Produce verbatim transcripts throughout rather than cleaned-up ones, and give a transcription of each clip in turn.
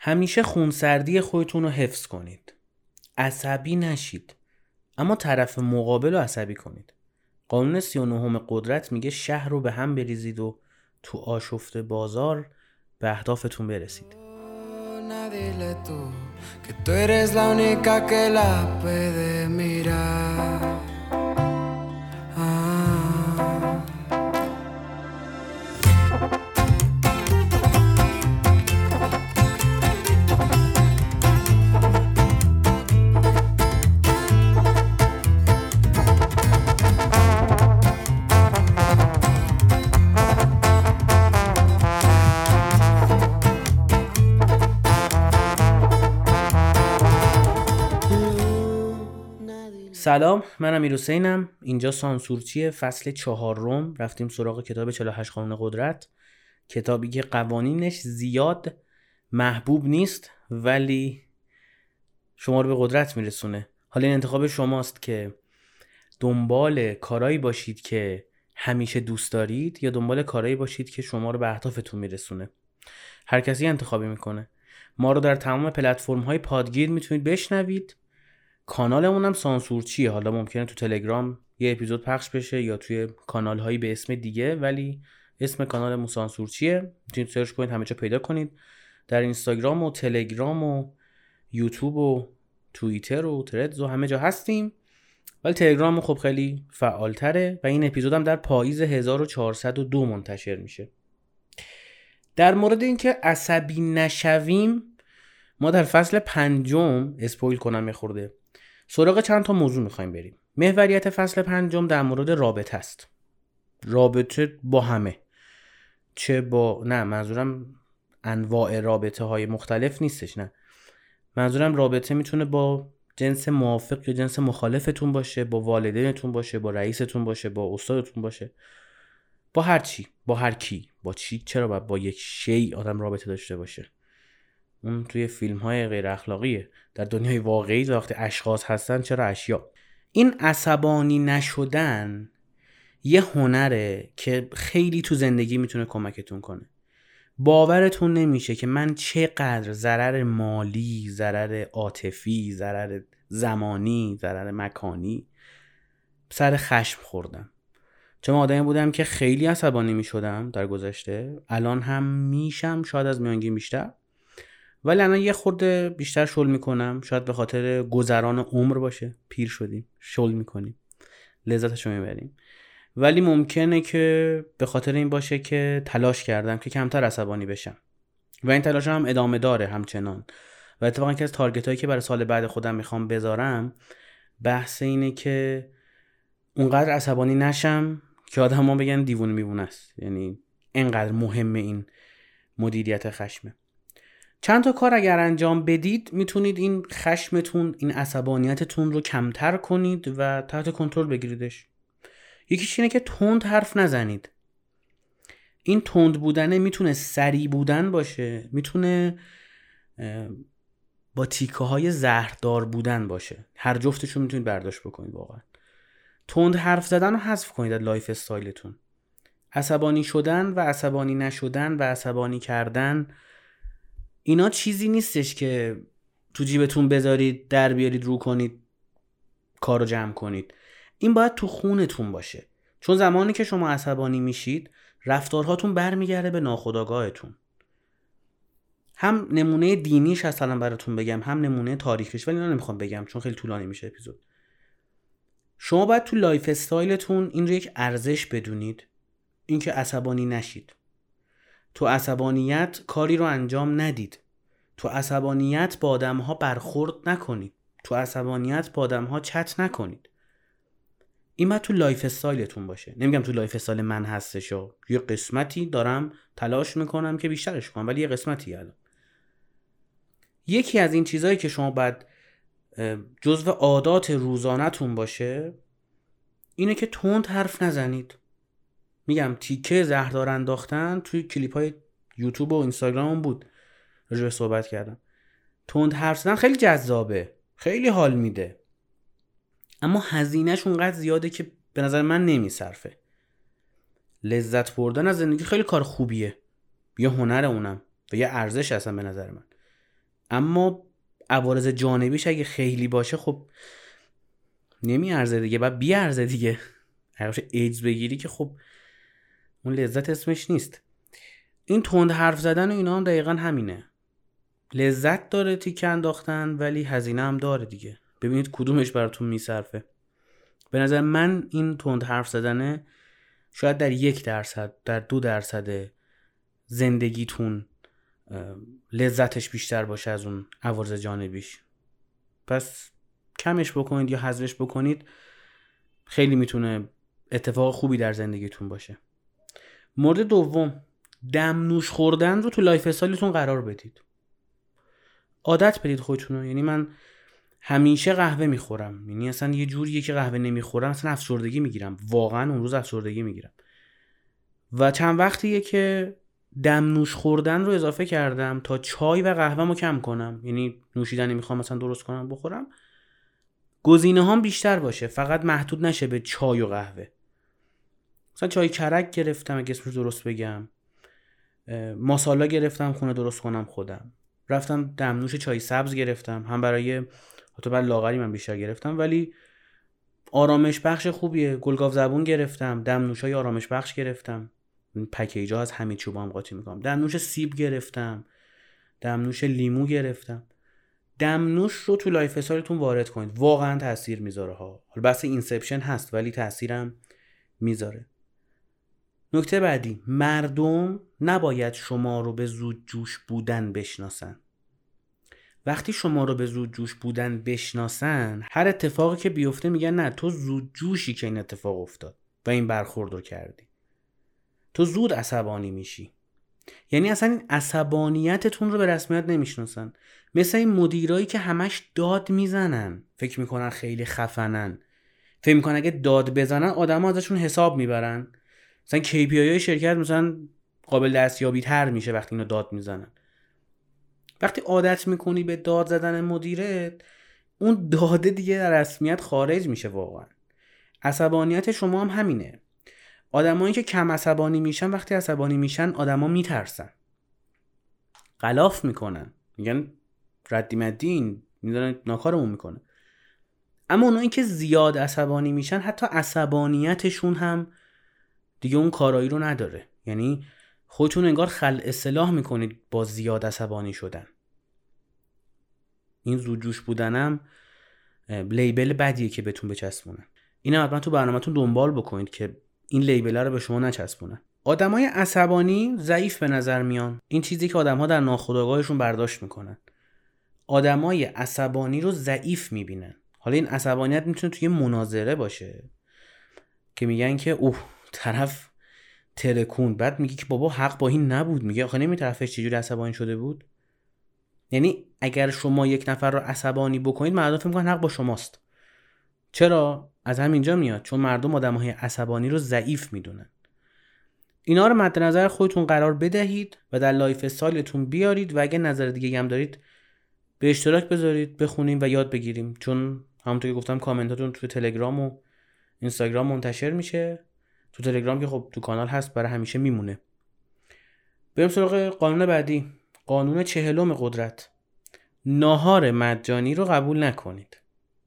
همیشه خونسردی خودتون رو حفظ کنید. عصبی نشید، اما طرف مقابل رو عصبی کنید. قانون سی و نهم قدرت میگه شهر رو به هم بریزید و تو آشفته بازار به اهدافتون برسید. سلام، من امیرحسینم. اینجا سانسورچیه، فصل چهارم. رفتیم سراغ کتاب چهل و هشت قانون قدرت، کتابی که قوانینش زیاد محبوب نیست ولی شما رو به قدرت میرسونه. حالا این انتخاب شماست که دنبال کارایی باشید که همیشه دوست دارید یا دنبال کارایی باشید که شما رو به اهدافتون میرسونه. هر کسی انتخابی میکنه. ما رو در تمام پلتفرم های پادگیر میتونید بشنوید. کانالمون هم سانسورچیه. حالا ممکنه تو تلگرام یه اپیزود پخش بشه یا توی کانال هایی به اسم دیگه، ولی اسم کانالمون سانسورچیه. میتونید سرچ کنید، همه جا پیدا کنید. در اینستاگرام و تلگرام و یوتیوب و توییتر و تردز و همه جا هستیم، ولی تلگرام خب خیلی فعالتره و این اپیزود هم در پاییز هزار و چهارصد و دو منتشر میشه. در مورد اینکه عصبی نشویم، ما در فصل پنجم اسپویل کنم یه خورده سراغ چند تا موضوع میخوایم بریم. محوریت فصل پنجم در مورد رابطه است. رابطه با همه، چه با نه منظورم انواع رابطه های مختلف نیستش، نه منظورم رابطه میتونه با جنس موافق یا جنس مخالفتون باشه، با والدینتون باشه، با رئیستون باشه، با استادتون باشه، با هر چی، با هر کی، با چی. چرا باید با یک شی آدم رابطه داشته باشه؟ اون توی فیلم های غیر اخلاقیه. در دنیای واقعی وقتی اشخاص هستن چرا اشیا؟ این عصبانی نشدن یه هنره که خیلی تو زندگی میتونه کمکتون کنه. باورتون نمیشه که من چقدر ضرر مالی، ضرر عاطفی، ضرر زمانی، ضرر مکانی سر خشم خوردم. چون آدمی بودم که خیلی عصبانی میشدم در گذشته، الان هم میشم، شاید از میانگین بیشتر، ولی الان یه خورده بیشتر شل میکنم. شاید به خاطر گذران عمر باشه، پیر شدیم، شل میکنیم، لذتشو میبریم. ولی ممکنه که به خاطر این باشه که تلاش کردم که کمتر عصبانی بشم و این تلاش هم ادامه داره همچنان. و اتفاقا که از تارگت هایی که برای سال بعد خودم میخوام بذارم بحث اینه که اونقدر عصبانی نشم که آدم ها بگن دیوونه میوونه است. یعنی اینقدر مهمه این مدیریت خشمه. چند تا کار اگر انجام بدید میتونید این خشمتون، این عصبانیتتون رو کمتر کنید و تحت کنترل بگیریدش. یکیش اینه که تند حرف نزنید. این تند بودنه میتونه سریع بودن باشه، میتونه با تیکه های زهردار بودن باشه. هر جفتشون میتونید برداشت بکنید. واقعا تند حرف زدن رو حذف کنید از لایف استایلتون. عصبانی شدن و عصبانی نشدن و عصبانی کردن اینا چیزی نیستش که تو جیبتون بذارید، در بیارید، رو کنید، کارو جمع کنید. این باید تو خونتون باشه. چون زمانی که شما عصبانی میشید رفتارهاتون برمیگرده به ناخودآگاهتون. هم نمونه دینیش هست الان براتون بگم، هم نمونه تاریخیش، ولی اینا نمیخوام بگم چون خیلی طولانی میشه اپیزود. شما باید تو لایف استایلتون این رو یک ارزش بدونید، اینکه عصبانی نشید. تو عصبانیت کاری رو انجام ندید. تو عصبانیت با آدم‌ها برخورد نکنید. تو عصبانیت با آدم‌ها چت نکنید. این باید تو لایف استایلتون باشه. نمیگم تو لایف استایل من هستش، یه قسمتی دارم تلاش میکنم که بیشترش کنم، ولی یه قسمتی الان. یکی از این چیزایی که شما باید جزو عادات روزانه‌تون باشه اینه که تند حرف نزنید. میگم تیکه زهردار انداختن توی کلیپ‌های یوتیوب و اینستاگرام بود، راجع به صحبت کردم. تند حرف زدن خیلی جذابه، خیلی حال میده، اما هزینه‌ش اونقدر زیاده که به نظر من نمیصرفه. لذت بردن از زندگی خیلی کار خوبیه، یه هنر اونم و یه ارزش هستن به نظر من. اما عوارض جانبیش اگه خیلی باشه خب نمیارزه دیگه، بعد بیارزه دیگه. اگه ایدز بگیری که خب اون لذت اسمش نیست. این تند حرف زدن و اینا هم دقیقا همینه، لذت داره تیکه انداختن ولی هزینه هم داره دیگه. ببینید کدومش براتون میصرفه. به نظر من این تند حرف زدنه شاید در یک درصد در دو درصد زندگیتون لذتش بیشتر باشه از اون عوارض جانبیش. پس کمش بکنید یا حذفش بکنید، خیلی میتونه اتفاق خوبی در زندگیتون باشه. مورد دوم، دم نوش خوردن رو تو لایف استایلتون قرار بدید. عادت بدید خودتون رو. یعنی من همیشه قهوه میخورم، یعنی اصلا یه جوریه که قهوه نمیخورم اصلا افسردگی میگیرم، واقعا اون روز افسردگی میگیرم. و چند وقتیه که دم نوش خوردن رو اضافه کردم تا چای و قهوه‌مو کم کنم. یعنی نوشیدنی میخوام مثلا درست کنم بخورم، گزینه هام بیشتر باشه، فقط محدود نشه به چای و قهوه. مثلا چای کرک گرفتم اگه اسمش درست بگم، ماسالا گرفتم خونه درست کنم خودم، رفتم دمنوش چای سبز گرفتم، هم برای حتی برای لاغری من بیشتر گرفتم ولی آرامش بخش خوبیه. گلگاو زبون گرفتم، دمنوشای آرامش بخش گرفتم، این پکیجا از همین چوبا هم قاطی میکنم. دمنوش سیب گرفتم، دمنوش لیمو گرفتم. دمنوش رو تو لایف استایلتون وارد کنید، واقعا تاثیر میذاره ها. حالا بحث اینسپشن هست ولی تاثیرم میذاره. نکته بعدی، مردم نباید شما رو به زود جوش بودن بشناسن. وقتی شما رو به زود جوش بودن بشناسن، هر اتفاقی که بیفته میگن نه تو زود جوشی که این اتفاق افتاد و این برخورد رو کردی، تو زود عصبانی میشی. یعنی اصلا این عصبانیتتون رو به رسمیت نمیشناسن. مثل این مدیرایی که همش داد میزنن، فکر میکنن خیلی خفنن، فکر میکنن اگه داد بزنن آدم‌ها ازشون حساب میبرن، مثلا کی پی آی شرکت مثلا قابل دستیابی تر میشه وقتی اینا داد میزنن. وقتی عادت میکنی به داد زدن مدیرت، اون داده دیگه در رسمیت خارج میشه. واقعا عصبانیت شما هم همینه. آدمایی که کم عصبانی میشن وقتی عصبانی میشن آدما میترسن، غلاف میکنن، میگن ردی مدین، میدونن ناکارمون میکنه. اما اونایی که زیاد عصبانی میشن حتی عصبانیتشون هم دیگه اون کارایی رو نداره. یعنی خودتون انگار خلع اصلاح میکنید با زیاد عصبانی شدن. این زود جوش بودنم لیبل بدیه که بهتون بچسبونن. اینا حتما تو برنامه‌تون دنبال بکنید که این لیبل رو به شما نچسبونن. آدمای عصبانی ضعیف به نظر میان. این چیزی که آدم‌ها در ناخودآگاهشون برداشت میکنن. آدمای عصبانی رو ضعیف میبینن. حالا این عصبانیت میتونه توی مناظره باشه که میگن که اوه طرف ترکون، بعد میگه که بابا حق با این نبود، میگه آخه نمی طرفش چجوری عصبانی شده بود. یعنی اگر شما یک نفر رو عصبانی بکنید مردم فکر میکنن حق با شماست. چرا؟ از همینجا میاد، چون مردم آدمهای عصبانی رو ضعیف میدونن. اینا رو مد نظر خودتون قرار بدهید و در لایف استایلتون بیارید و اگه نظر دیگه هم دارید به اشتراک بذارید، بخونیم و یاد بگیریم. چون همونطور که گفتم کامنتاتون تو تلگرام و اینستاگرام منتشر میشه. تو تلگرام که خب تو کانال هست برای همیشه میمونه. بریم سراغ قانون بعدی، قانون چهلم قدرت. ناهار مجانی رو قبول نکنید.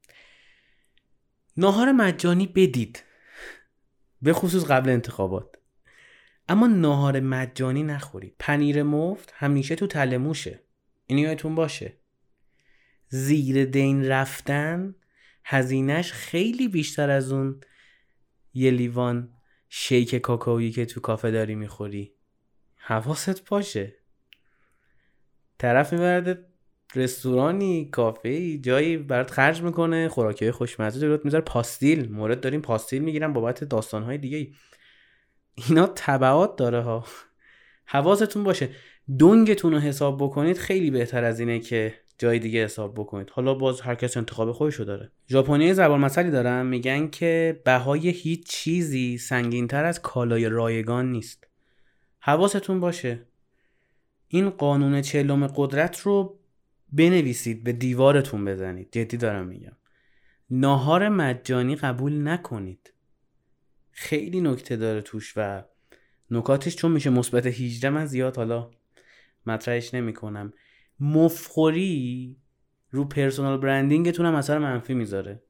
ناهار مجانی بدید، به خصوص قبل انتخابات، اما ناهار مجانی نخورید. پنیر مفت همیشه تو تله موشه، این یادتون باشه. زیر دین رفتن هزینهش خیلی بیشتر از اون یه لیوان شیک کاکائویی که تو کافه داری میخوری. حواست باشه. طرف میبرده رستورانی، کافه‌ای، جایی برات خرج میکنه، خوراکی‌های خوشمزه جلوت میذاره، پاستیل مورد داریم پاستیل میگیرن بابت داستان‌های دیگه. اینا تبعات داره ها. حواستون باشه. دنگتون رو حساب بکنید خیلی بهتر از اینه که جای دیگه حساب بکنید. حالا باز هر کس انتخاب خودشو داره. ژاپنی‌ها زبان مثلی دارن میگن که بهای هیچ چیزی سنگین‌تر از کالای رایگان نیست. حواستون باشه. این قانون چهلم قدرت رو بنویسید، به دیوارتون بزنید. جدی دارم میگم. ناهار مجانی قبول نکنید. خیلی نکته داره توش و نکاتش چون میشه مثبت هجده من زیاد حالا مطرحش نمی کنم. مفخوری رو پرسونال برندینگتون هم اثر منفی میذاره.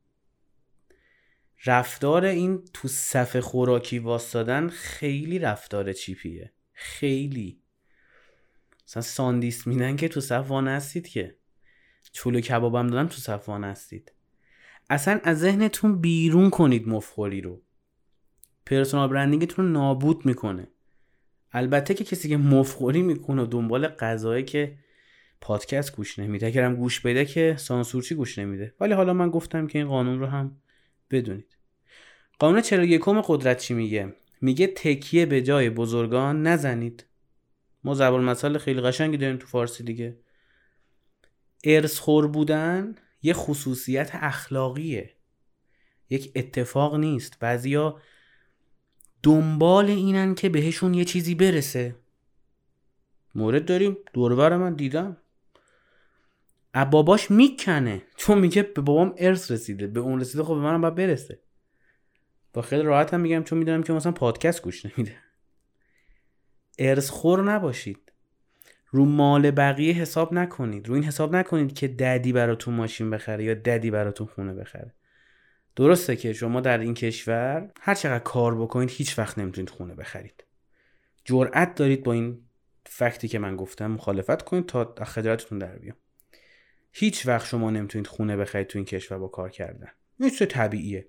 رفتار این تو صف خوراکی واسادن خیلی رفتار چیپیه، خیلی. مثلا ساندیس میدن که تو صف وان هستید، که چلو کبابم دادن تو صف وان هستید. اصلا از ذهنتون بیرون کنید مفخوری رو. پرسونال برندینگتون رو نابود میکنه. البته که کسی که مفخوری میکنه و دنبال غذایی که پادکست گوش نمیده، اگرم گوش بده که سانسورچی گوش نمیده. ولی حالا من گفتم که این قانون رو هم بدونید. قانون چهل و یکم قدرت چی میگه؟ میگه تکیه به جای بزرگان نزنید. ما ضرب المثل خیلی قشنگی داریم تو فارسی دیگه. ارث‌خور بودن یه خصوصیت اخلاقیه، یک اتفاق نیست. بعضیا دنبال اینن که بهشون یه چیزی برسه. مورد داریم دور و بر من دیدم، باباش میکنه چون میگه به بابام ارث رسیده، به اون رسیده، خب به منم باید برسه. با خیلی راحت هم میگم چون میدونم که مثلا پادکست گوش نمیده. ارث خور نباشید. رو مال بقیه حساب نکنید. رو این حساب نکنید که ددی براتون ماشین بخره یا ددی براتون خونه بخره. درسته که شما در این کشور هر چقدر کار بکنید هیچ وقت نمیتونید خونه بخرید. جرأت دارید با این فکتی که من گفتم مخالفت کنید تا خجالتتون در بیاد. هیچ وقت شما نمیتونید خونه بخرید تو این کشور با کار کردن. این چیز طبیعیه.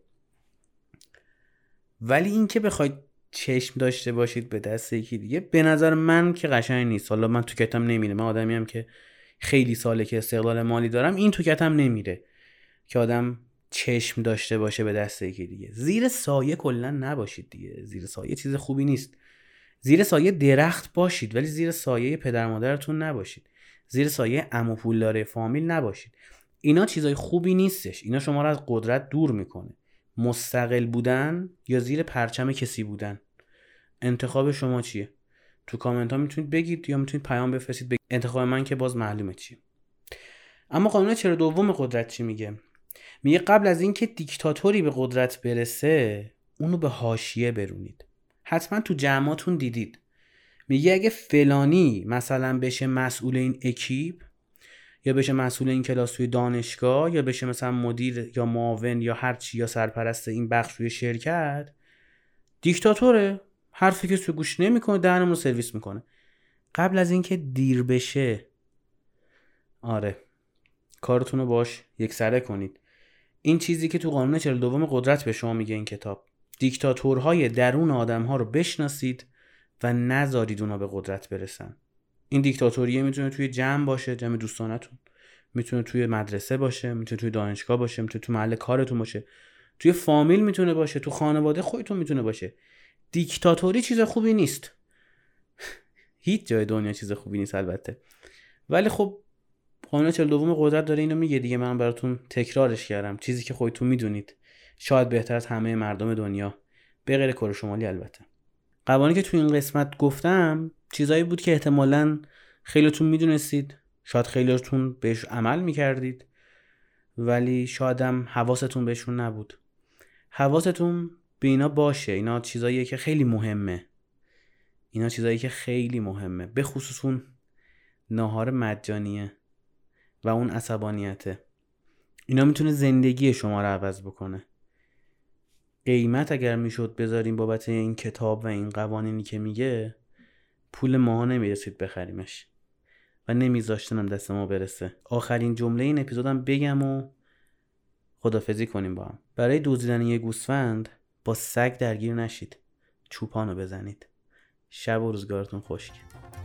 ولی این که بخواید چشم داشته باشید به دست یکی دیگه، به نظر من که قشنگ نیست. حالا من تو کتم نمیره. من آدمی ام که خیلی ساله که استقلال مالی دارم. این تو کتم نمیره که آدم چشم داشته باشه به دست یکی دیگه. زیر سایه کلا نباشید دیگه. زیر سایه چیز خوبی نیست. زیر سایه درخت باشید ولی زیر سایه پدر مادرتون نباشید. زیر سایه عمو پولدار فامیل نباشید. اینا چیزای خوبی نیستش. اینا شما رو از قدرت دور میکنه. مستقل بودن یا زیر پرچم کسی بودن، انتخاب شما چیه؟ تو کامنت ها میتونید بگید یا میتونید پیام بفرستید بگید. انتخاب من که باز معلومه چیه. اما قانون چهل و دوم قدرت چی میگه؟ میگه قبل از اینکه دیکتاتوری به قدرت برسه اونو به حاشیه برونید. حتما تو جمعاتون دیدید. میگه اگه فلانی مثلا بشه مسئول این اکیپ یا بشه مسئول این کلاس توی دانشگاه یا بشه مثلا مدیر یا معاون یا هر چی یا سرپرست این بخش توی شرکت، دیکتاتوره. حرفی که تو گوش نمیکنه، دهنمون رو سرویس میکنه. قبل از اینکه دیر بشه، آره، کارتون رو باش یکسره کنید. این چیزی که تو قانون چهل و دوم قدرت به شما میگه این کتاب، دیکتاتورهای درون آدم‌ها رو بشناسید و نذارید اونا به قدرت برسن. این دیکتاتوریه میتونه توی جمع باشه، جمع دوستانتون، میتونه توی مدرسه باشه، میتونه توی دانشگاه باشه، میتونه توی محل کارتون باشه، توی فامیل میتونه باشه، تو خانواده خودتون میتونه باشه. دیکتاتوری چیز خوبی نیست. هیچ جای دنیا چیز خوبی نیست البته. ولی خب قانون چهل و دوم قدرت داره اینو میگه دیگه. من براتون تکرارش کردم، چیزی که خودتون میدونید، شاید بهتر از همه مردم دنیا به غیر کره شمالی. البته قوانینی که تو این قسمت گفتم چیزایی بود که احتمالاً خیلیتون میدونستید، شاید خیلیتون بهش عمل میکردید، ولی شاید هم حواستون بهشون نبود. حواستون به اینا باشه. اینا چیزاییه که خیلی مهمه. اینا چیزایی که خیلی مهمه، به خصوص اون ناهار مجانیه و اون عصبانیته. اینا میتونه زندگی شما رو عوض بکنه. قیمت اگر میشد بذاریم بابت این کتاب و این قوانینی که میگه، پول ما نمیرسید بخریمش و نمیذاشتن هم دست ما برسه. آخرین جمله این اپیزودم بگم و خدافظی کنیم با هم. برای دزدیدن یه گوسفند با سگ درگیر نشید، چوپانو بزنید. شب و روزگارتون خوش.